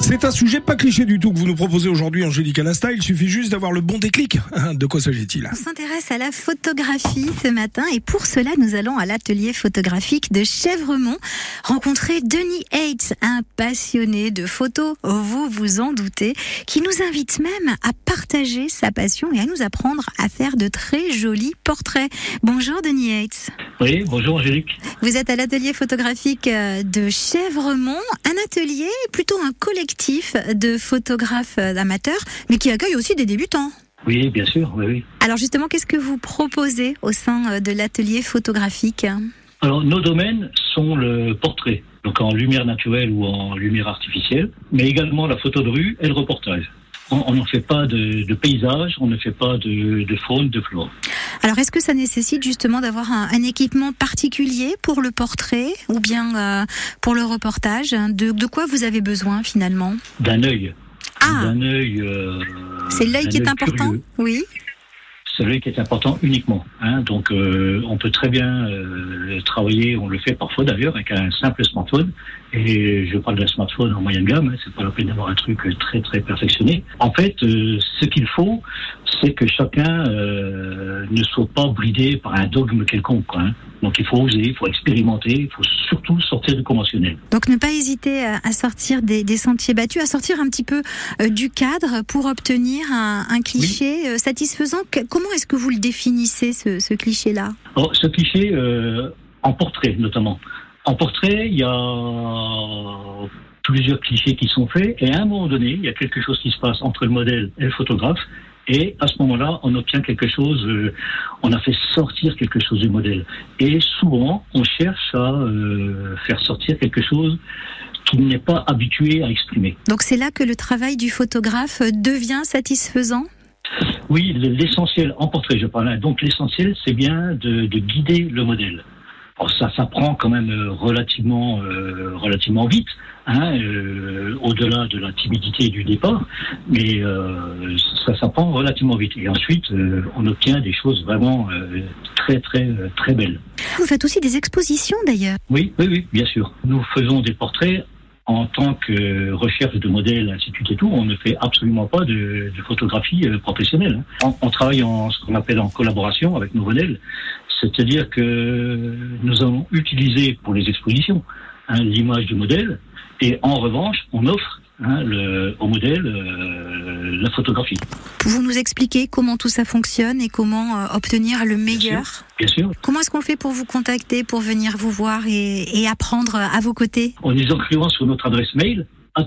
C'est un sujet pas cliché du tout que vous nous proposez aujourd'hui, Angélique Alasta. Il suffit juste d'avoir le bon déclic. De quoi s'agit-il? On s'intéresse à la photographie ce matin et pour cela, nous allons à l'atelier photographique de Chèvremont rencontrer Denis Yates, un passionné de photos, vous vous en doutez, qui nous invite même à partager sa passion et à nous apprendre à faire de très jolis portraits. Bonjour Denis Yates. Oui, bonjour Angélique. Vous êtes à l'atelier photographique de Chèvremont, un atelier, plutôt un collectif de photographes amateurs, mais qui accueille aussi des débutants. Oui, bien sûr, oui. Alors justement, qu'est-ce que vous proposez au sein de l'atelier photographique ? Alors, nos domaines sont le portrait, donc en lumière naturelle ou en lumière artificielle, mais également la photo de rue et le reportage. On ne fait pas de paysage, on ne fait pas de faune, de flore. Alors, est-ce que ça nécessite justement d'avoir un équipement particulier pour le portrait ou bien pour le reportage ? De quoi vous avez besoin finalement ? D'un œil. Ah, d'un œil. C'est l'œil qui est important, curieux. oui. C'est l'œil qui est important uniquement. Donc, on peut très bien travailler, on le fait parfois d'ailleurs, avec un simple smartphone. Et je parle d'un smartphone en moyenne gamme, c'est pas la peine d'avoir un truc très très perfectionné. En fait, ce qu'il faut, c'est que chacun ne soit pas bridé par un dogme quelconque. Donc il faut oser, il faut expérimenter, il faut surtout sortir du conventionnel. Donc ne pas hésiter à sortir des sentiers battus, à sortir un petit peu du cadre pour obtenir un cliché satisfaisant. Comment est-ce que vous le définissez, ce cliché-là ? Alors, ce cliché, en portrait notamment. En portrait, il y a plusieurs clichés qui sont faits et à un moment donné, il y a quelque chose qui se passe entre le modèle et le photographe. Et à ce moment-là, on obtient quelque chose, on a fait sortir quelque chose du modèle. Et souvent, on cherche à faire sortir quelque chose qu'il n'est pas habitué à exprimer. Donc c'est là que le travail du photographe devient satisfaisant ? Oui, l'essentiel, en portrait je parle, donc l'essentiel c'est bien de guider le modèle. Alors ça prend quand même relativement vite, au-delà de la timidité du départ, mais ça prend relativement vite. Et ensuite, on obtient des choses vraiment très très très belles. Vous faites aussi des expositions d'ailleurs. Oui, bien sûr. Nous faisons des portraits en tant que recherche de modèles, ainsi de suite et tout. On ne fait absolument pas de photographie professionnelle. On travaille en ce qu'on appelle en collaboration avec nos modèles. C'est-à-dire que nous allons utiliser pour les expositions l'image du modèle et en revanche, on offre au modèle la photographie. Vous nous expliquez comment tout ça fonctionne et comment obtenir le meilleur ? Bien sûr. Comment est-ce qu'on fait pour vous contacter, pour venir vous voir et apprendre à vos côtés ? En les inscrivant sur notre adresse mail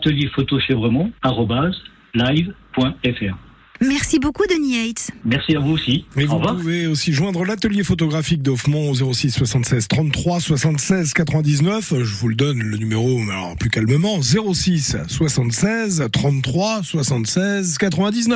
atelierphotochèvremont@live.fr. Merci beaucoup Denis Yates. Merci à vous aussi. Et vous pouvez aussi joindre l'atelier photographique d'Hoffemont au 06 76 33 76 99. Je vous le donne le numéro, alors plus calmement, 06 76 33 76 99.